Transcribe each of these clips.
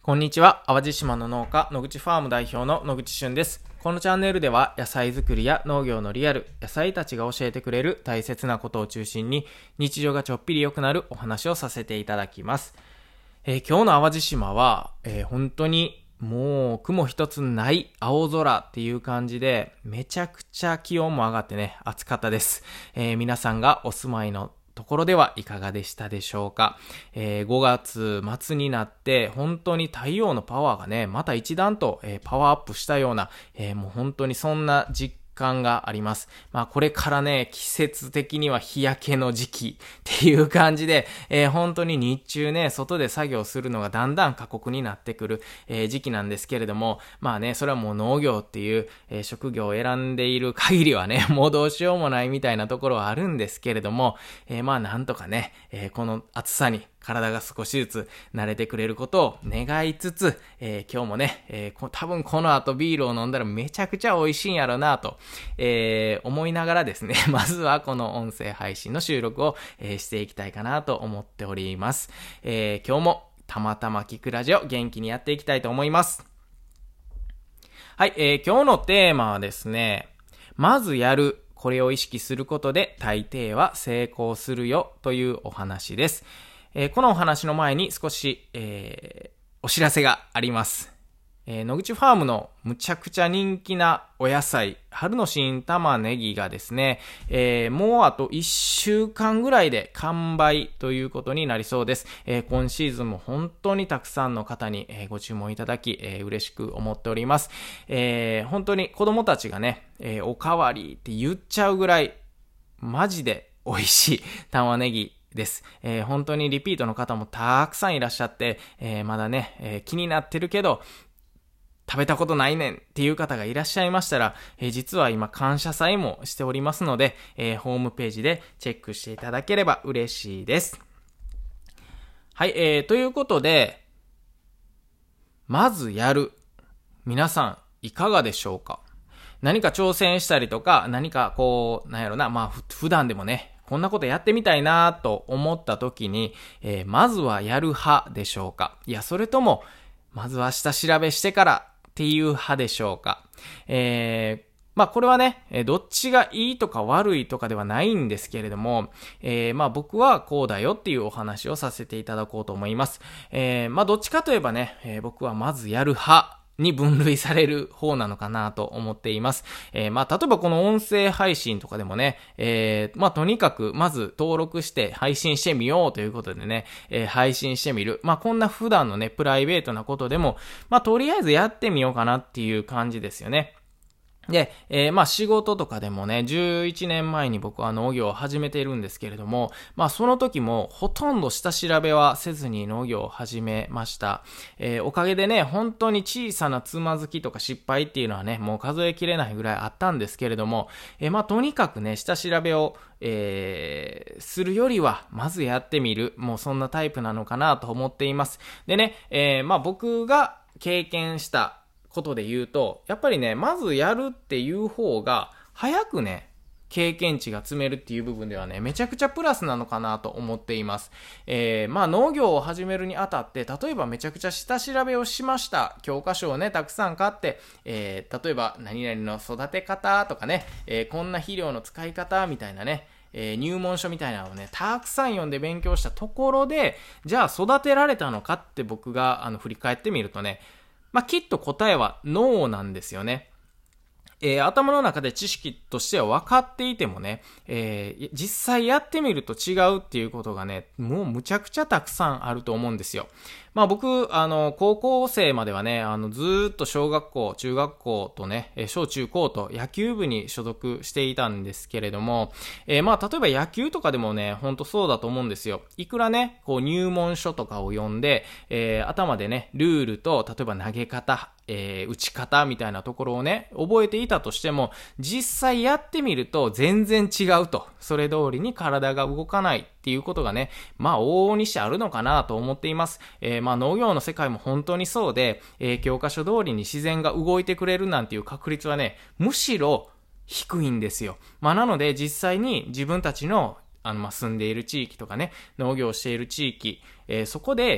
こんにちは。淡路島の農家、野口ファーム代表の野口俊です。このチャンネルでは野菜作りや農業のリアル、野菜たちが教えてくれる大切なことを中心に日常がちょっぴり良くなるお話をさせていただきます。今日の淡路島は、本当にもう雲一つない青空っていう感じでめちゃくちゃ気温も上がってね、暑かったです。皆さんがお住まいのところではいかがでしたでしょうか。5月末になって本当に太陽のパワーがね、また一段と、パワーアップしたような、もう本当にそんな実感があります。これからね、季節的には日焼けの時期っていう感じで、本当に日中ね、外で作業するのがだんだん過酷になってくる、時期なんですけれども、それはもう農業っていう、職業を選んでいる限りはね、もうどうしようもないみたいなところはあるんですけれども、なんとかね、この暑さに体が少しずつ慣れてくれることを願いつつ、今日もね、多分この後ビールを飲んだらめちゃくちゃ美味しいんやろなと、思いながらですね、まずはこの音声配信の収録を、していきたいかなと思っております。今日もたまたま聞くラジオ元気にやっていきたいと思います。はい、今日のテーマはですね、まずやる。これを意識することで大抵は成功するよというお話です。このお話の前に少し、お知らせがあります。野口ファームのむちゃくちゃ人気なお野菜、春の新玉ねぎがですね、もうあと1週間ぐらいで完売ということになりそうです。今シーズンも本当にたくさんの方に、ご注文いただき、嬉しく思っております。本当に子供たちがね、おかわりって言っちゃうぐらい、マジで美味しい玉ねぎです。本当にリピートの方もたくさんいらっしゃって、まだね、気になってるけど、食べたことないねんっていう方がいらっしゃいましたら、実は今感謝祭もしておりますので、ホームページでチェックしていただければ嬉しいです。はい、ということで、まずやる。皆さんいかがでしょうか？何か挑戦したりとか、何か普段でもね、こんなことやってみたいなと思った時に、まずはやる派でしょうか？いや、それとも、まずは下調べしてからっていう派でしょうか？これはね、どっちがいいとか悪いとかではないんですけれども、僕はこうだよっていうお話をさせていただこうと思います。どっちかといえばね、僕はまずやる派に分類される方なのかなと思っています。例えばこの音声配信とかでもね、とにかくまず登録して配信してみようということでね、配信してみる。こんな普段のね、プライベートなことでも、とりあえずやってみようかなっていう感じですよね。で、仕事とかでもね、11年前に僕は農業を始めているんですけれども、その時もほとんど下調べはせずに農業を始めました。おかげでね、本当に小さなつまずきとか失敗っていうのはね、もう数えきれないぐらいあったんですけれども、とにかくね、下調べを、するよりは、まずやってみる。もうそんなタイプなのかなと思っています。でね、僕が経験したことで言うと、やっぱりね、まずやるっていう方が、早くね、経験値が積めるっていう部分ではね、めちゃくちゃプラスなのかなと思っています。農業を始めるにあたって、例えばめちゃくちゃ下調べをしました。教科書をね、たくさん買って、例えば何々の育て方とかね、こんな肥料の使い方みたいなね、入門書みたいなのをね、たくさん読んで勉強したところで、じゃあ育てられたのかって僕が振り返ってみるとね、きっと答えはノーなんですよね。頭の中で知識としては分かっていてもね、実際やってみると違うっていうことがね、もうむちゃくちゃたくさんあると思うんですよ。僕、高校生まではね、ずーっと小学校、中学校とね、小中高と野球部に所属していたんですけれども、例えば野球とかでもね、ほんとそうだと思うんですよ。いくらね、こう入門書とかを読んで、頭でね、ルールと、例えば投げ方、打ち方みたいなところをね、覚えていたとしても、実際やってみると全然違うと。それ通りに体が動かないっていうことがね、往々にしてあるのかなと思っています。農業の世界も本当にそうで、教科書通りに自然が動いてくれるなんていう確率はね、むしろ低いんですよ。なので実際に自分たちの住んでいる地域とかね、農業をしている地域、そこで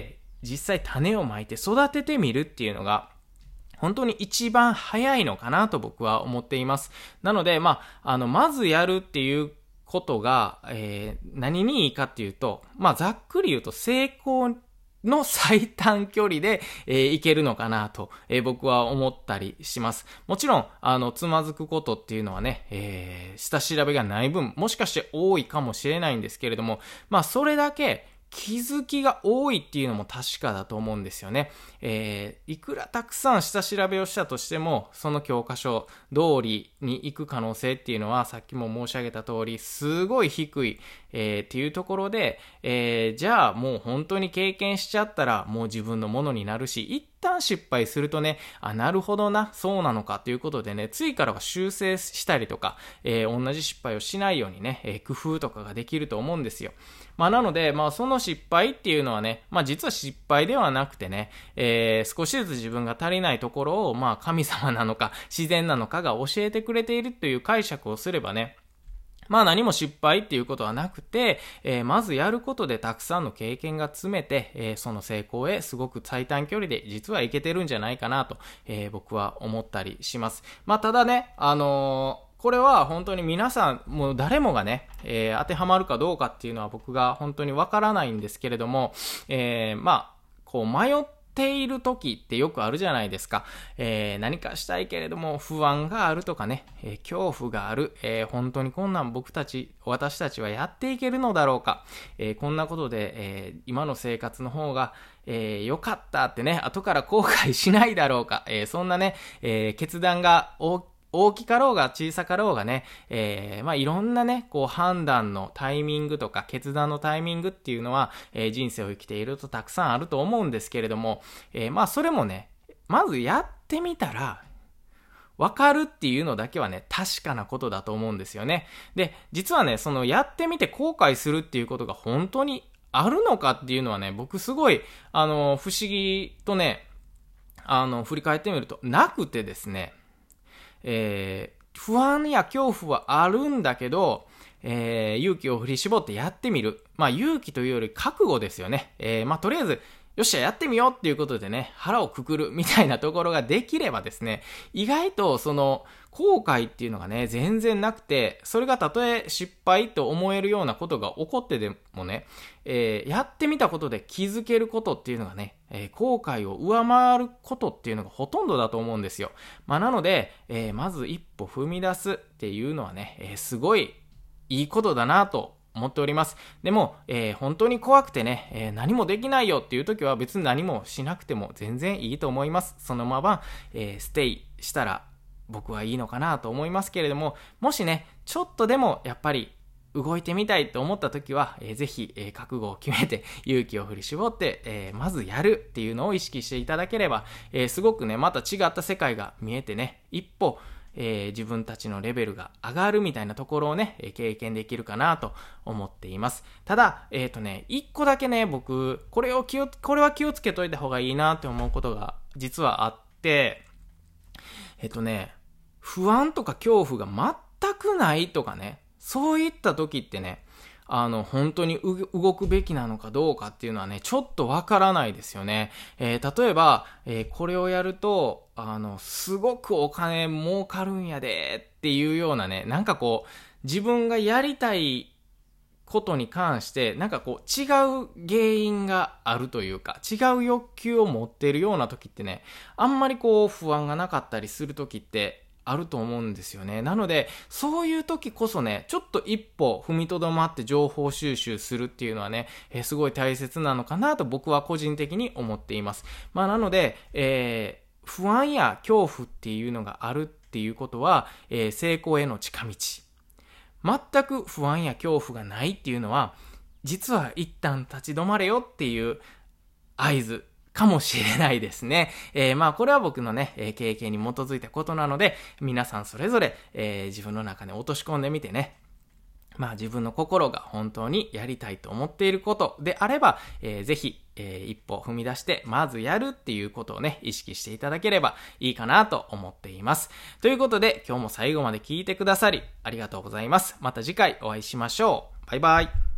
実際種をまいて育ててみるっていうのが、本当に一番早いのかなと僕は思っています。なので、まずやるっていうことが、何にいいかっていうと、ざっくり言うと成功の最短距離で、いけるのかなと、僕は思ったりします。もちろん、つまずくことっていうのはね、下調べがない分、もしかして多いかもしれないんですけれども、それだけ気づきが多いっていうのも確かだと思うんですよね。いくらたくさん下調べをしたとしても、その教科書通りに行く可能性っていうのは、さっきも申し上げた通り、すごい低い、っていうところで、じゃあもう本当に経験しちゃったら、もう自分のものになるし、一旦失敗するとね、なるほどな、そうなのかということでね、次からは修正したりとか、同じ失敗をしないようにね、工夫とかができると思うんですよ。なので、その失敗っていうのはね、実は失敗ではなくてね、少しずつ自分が足りないところを、神様なのか、自然なのかが教えてくれているという解釈をすればね、何も失敗っていうことはなくて、まずやることでたくさんの経験が詰めて、その成功へすごく最短距離で実はいけてるんじゃないかなと、僕は思ったりします。ただね、これは本当に皆さん、もう誰もがね、当てはまるかどうかっていうのは僕が本当にわからないんですけれども、こう迷っている時ってよくあるじゃないですか。何かしたいけれども不安があるとかね、恐怖がある、本当にこんなん私たちはやっていけるのだろうか、こんなことで、今の生活の方が良かったってね、後から後悔しないだろうか、そんなね、決断が大きかろうが小さかろうがね、いろんなね、こう判断のタイミングとか決断のタイミングっていうのは、人生を生きているとたくさんあると思うんですけれども、それもね、まずやってみたら、わかるっていうのだけはね、確かなことだと思うんですよね。で、実はね、そのやってみて後悔するっていうことが本当にあるのかっていうのはね、僕すごい、不思議とね、振り返ってみるとなくてですね、不安や恐怖はあるんだけど、勇気を振り絞ってやってみる。勇気というより覚悟ですよね。とりあえず、よっしゃやってみようっていうことでね、腹をくくるみたいなところができればですね、意外とその後悔っていうのがね、全然なくて、それがたとえ失敗と思えるようなことが起こってでもね、やってみたことで気づけることっていうのがね、後悔を上回ることっていうのがほとんどだと思うんですよ。なので、まず一歩踏み出すっていうのはね、すごいいいことだなと思っております。でも、本当に怖くてね、何もできないよっていう時は別に何もしなくても全然いいと思います。そのまま、ステイしたら僕はいいのかなと思いますけれども、もしね、ちょっとでもやっぱり動いてみたいと思った時は、ぜひ、覚悟を決めて勇気を振り絞って、まずやるっていうのを意識していただければ、すごくね、また違った世界が見えてね、一歩自分たちのレベルが上がるみたいなところをね、経験できるかなと思っています。ただ、一個だけね、僕、これは気をつけといた方がいいなって思うことが実はあって、不安とか恐怖が全くないとかね、そういった時ってね、本当に動くべきなのかどうかっていうのはね、ちょっとわからないですよね。例えば、これをやると、すごくお金儲かるんやでっていうようなね、なんかこう、自分がやりたいことに関して、なんかこう、違う原因があるというか、違う欲求を持っているような時ってね、あんまりこう、不安がなかったりする時って、あると思うんですよね。なので、そういう時こそね、ちょっと一歩踏みとどまって情報収集するっていうのはね、すごい大切なのかなと僕は個人的に思っています。なので、不安や恐怖っていうのがあるっていうことは、成功への近道。全く不安や恐怖がないっていうのは、実は一旦立ち止まれよっていう合図かもしれないですね。これは僕のね、経験に基づいたことなので、皆さんそれぞれ、自分の中に落とし込んでみてね、自分の心が本当にやりたいと思っていることであれば、ぜひ、一歩踏み出して、まずやるっていうことをね、意識していただければいいかなと思っています。ということで、今日も最後まで聞いてくださり、ありがとうございます。また次回お会いしましょう。バイバイ。